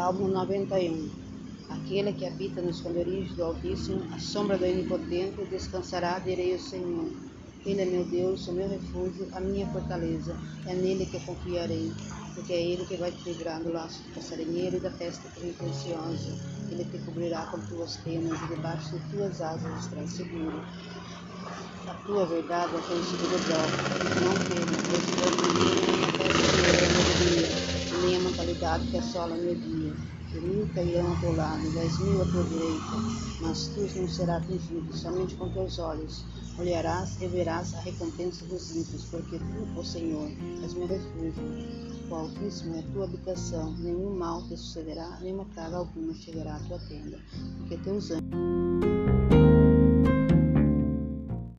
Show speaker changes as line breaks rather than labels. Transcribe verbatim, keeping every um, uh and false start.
Salmo noventa e um. Aquele que habita no esconderijo do Altíssimo, a sombra do Onipotente, descansará, direi ao Senhor. Ele é meu Deus, o meu refúgio, a minha fortaleza. É nele que eu confiarei, porque é ele que vai te livrar do laço do passarinheiro e da peste perniciosa. Ele te cobrirá com tuas penas e debaixo de tuas asas estarás seguro. A tua verdade é teu escudo próprio. Não temas, pois eu contigo, nem a peste que nem a mortalidade que assola meu dia. E mil cairão ao teu lado, e dez mil à tua direita, mas tu não serás atingido, somente com teus olhos. Olharás e verás a recompensa dos ímpios, porque tu, ó Senhor, és meu refúgio. O Altíssimo é a tua habitação, nenhum mal te sucederá, nenhuma praga alguma chegará à tua tenda, porque teus anjos